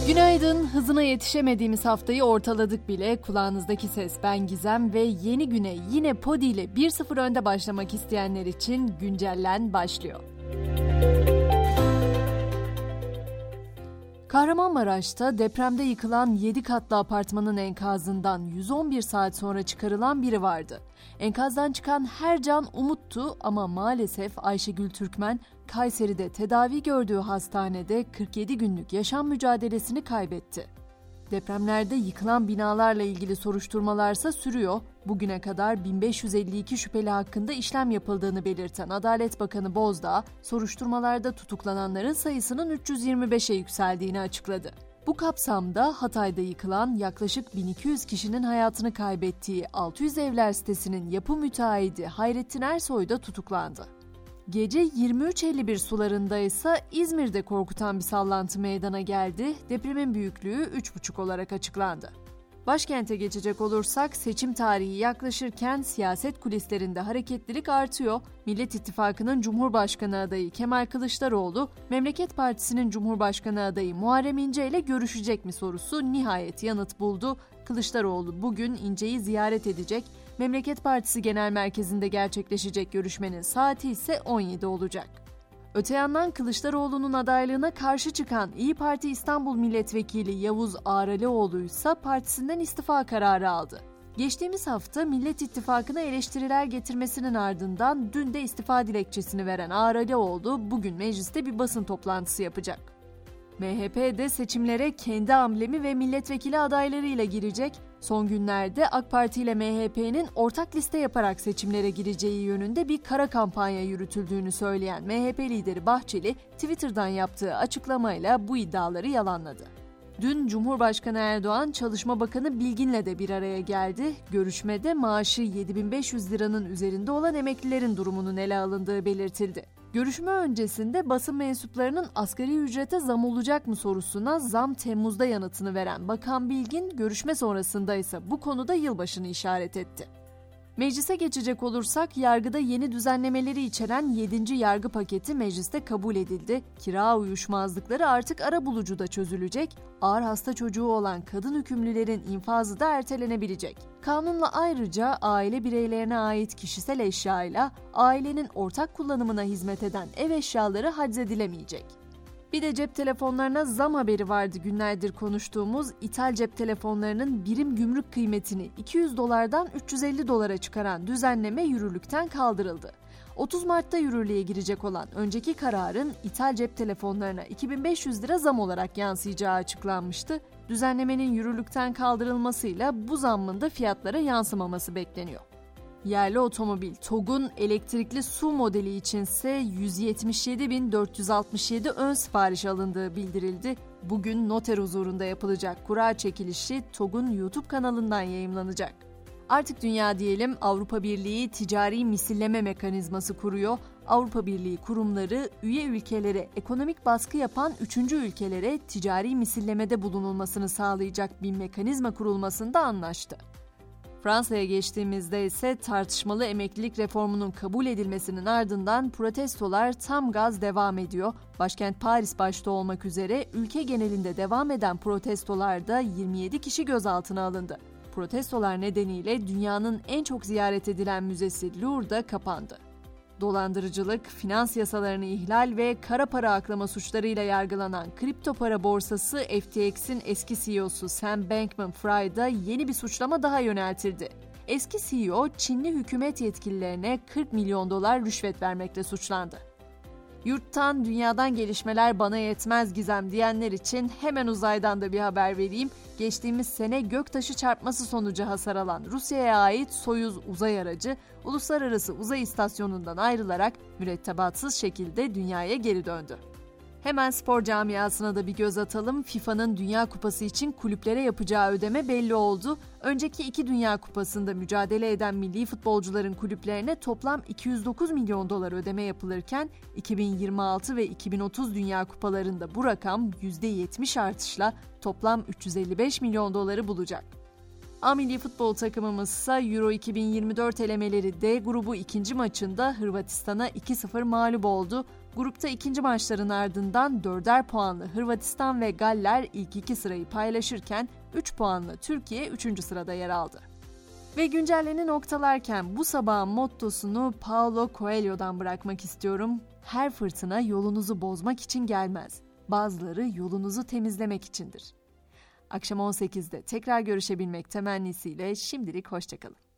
Günaydın, hızına yetişemediğimiz haftayı ortaladık bile. Kulağınızdaki ses ben Gizem ve yeni güne yine Podi ile 1-0 önde başlamak isteyenler için Güncellen başlıyor. Kahramanmaraş'ta depremde yıkılan 7 katlı apartmanın enkazından 111 saat sonra çıkarılan biri vardı. Enkazdan çıkan her can umuttu ama maalesef Ayşegül Türkmen, Kayseri'de tedavi gördüğü hastanede 47 günlük yaşam mücadelesini kaybetti. Depremlerde yıkılan binalarla ilgili soruşturmalarsa sürüyor. Bugüne kadar 1552 şüpheli hakkında işlem yapıldığını belirten Adalet Bakanı Bozdağ, soruşturmalarda tutuklananların sayısının 325'e yükseldiğini açıkladı. Bu kapsamda Hatay'da yıkılan yaklaşık 1200 kişinin hayatını kaybettiği 600 evler sitesinin yapı müteahhidi Hayrettin Ersoy da tutuklandı. Gece 23.51 sularında ise İzmir'de korkutan bir sallantı meydana geldi. Depremin büyüklüğü 3,5 olarak açıklandı. Başkente geçecek olursak seçim tarihi yaklaşırken siyaset kulislerinde hareketlilik artıyor. Millet İttifakı'nın Cumhurbaşkanı adayı Kemal Kılıçdaroğlu, Memleket Partisi'nin Cumhurbaşkanı adayı Muharrem İnce ile görüşecek mi sorusu nihayet yanıt buldu. Kılıçdaroğlu bugün İnce'yi ziyaret edecek. Memleket Partisi Genel Merkezi'nde gerçekleşecek görüşmenin saati ise 17 olacak. Öte yandan Kılıçdaroğlu'nun adaylığına karşı çıkan İYİ Parti İstanbul Milletvekili Yavuz Ağralioğlu ise partisinden istifa kararı aldı. Geçtiğimiz hafta Millet İttifakı'na eleştiriler getirmesinin ardından dün de istifa dilekçesini veren Ağralioğlu bugün mecliste bir basın toplantısı yapacak. MHP de seçimlere kendi amblemi ve milletvekili adaylarıyla girecek. Son günlerde AK Parti ile MHP'nin ortak liste yaparak seçimlere gireceği yönünde bir kara kampanya yürütüldüğünü söyleyen MHP lideri Bahçeli, Twitter'dan yaptığı açıklamayla bu iddiaları yalanladı. Dün Cumhurbaşkanı Erdoğan, Çalışma Bakanı Bilgin'le de bir araya geldi. Görüşmede maaşı 7.500 liranın üzerinde olan emeklilerin durumunun ele alındığı belirtildi. Görüşme öncesinde basın mensuplarının asgari ücrete zam olacak mı sorusuna zam Temmuz'da yanıtını veren Bakan Bilgin, görüşme sonrasında ise bu konuda yılbaşını işaret etti. Meclise geçecek olursak yargıda yeni düzenlemeleri içeren 7. yargı paketi mecliste kabul edildi. Kira uyuşmazlıkları artık arabulucuda çözülecek, ağır hasta çocuğu olan kadın hükümlülerin infazı da ertelenebilecek. Kanunla ayrıca aile bireylerine ait kişisel eşyayla ailenin ortak kullanımına hizmet eden ev eşyaları haczedilemeyecek. Bir de cep telefonlarına zam haberi vardı günlerdir konuştuğumuz. İthal cep telefonlarının birim gümrük kıymetini 200 dolardan 350 dolara çıkaran düzenleme yürürlükten kaldırıldı. 30 Mart'ta yürürlüğe girecek olan önceki kararın ithal cep telefonlarına 2500 lira zam olarak yansıyacağı açıklanmıştı. Düzenlemenin yürürlükten kaldırılmasıyla bu zammın da fiyatlara yansımaması bekleniyor. Yerli otomobil TOGG'un elektrikli SUV modeli içinse 177.467 ön sipariş alındığı bildirildi. Bugün noter huzurunda yapılacak kura çekilişi TOGG'un YouTube kanalından yayımlanacak. Artık dünya diyelim, Avrupa Birliği ticari misilleme mekanizması kuruyor. Avrupa Birliği kurumları üye ülkelere ekonomik baskı yapan 3. ülkelere ticari misillemede bulunulmasını sağlayacak bir mekanizma kurulmasında anlaştı. Fransa'ya geçtiğimizde ise tartışmalı emeklilik reformunun kabul edilmesinin ardından protestolar tam gaz devam ediyor. Başkent Paris başta olmak üzere ülke genelinde devam eden protestolarda 27 kişi gözaltına alındı. Protestolar nedeniyle dünyanın en çok ziyaret edilen müzesi Louvre'da kapandı. Dolandırıcılık, finans yasalarını ihlal ve kara para aklama suçlarıyla yargılanan kripto para borsası FTX'in eski CEO'su Sam Bankman-Fried'a yeni bir suçlama daha yöneltildi. Eski CEO, Çinli hükümet yetkililerine 40 milyon dolar rüşvet vermekle suçlandı. Yurttan, dünyadan gelişmeler bana yetmez Gizem diyenler için hemen uzaydan da bir haber vereyim. Geçtiğimiz sene göktaşı çarpması sonucu hasar alan Rusya'ya ait Soyuz uzay aracı, Uluslararası Uzay İstasyonu'ndan ayrılarak mürettebatsız şekilde dünyaya geri döndü. Hemen spor camiasına da bir göz atalım. FIFA'nın Dünya Kupası için kulüplere yapacağı ödeme belli oldu. Önceki 2 Dünya Kupası'nda mücadele eden milli futbolcuların kulüplerine toplam 209 milyon dolar ödeme yapılırken 2026 ve 2030 Dünya Kupalarında bu rakam %70 artışla toplam 355 milyon doları bulacak. A milli futbol takımımız ise Euro 2024 elemeleri D grubu ikinci maçında Hırvatistan'a 2-0 mağlup oldu. Grupta ikinci maçların ardından 4'er puanlı Hırvatistan ve Galler ilk 2 sırayı paylaşırken 3 puanlı Türkiye 3. sırada yer aldı. Ve güncelleni noktalarken bu sabahın mottosunu Paulo Coelho'dan bırakmak istiyorum. Her fırtına yolunuzu bozmak için gelmez. Bazıları yolunuzu temizlemek içindir. Akşam 18'de tekrar görüşebilmek temennisiyle şimdilik hoşça kalın.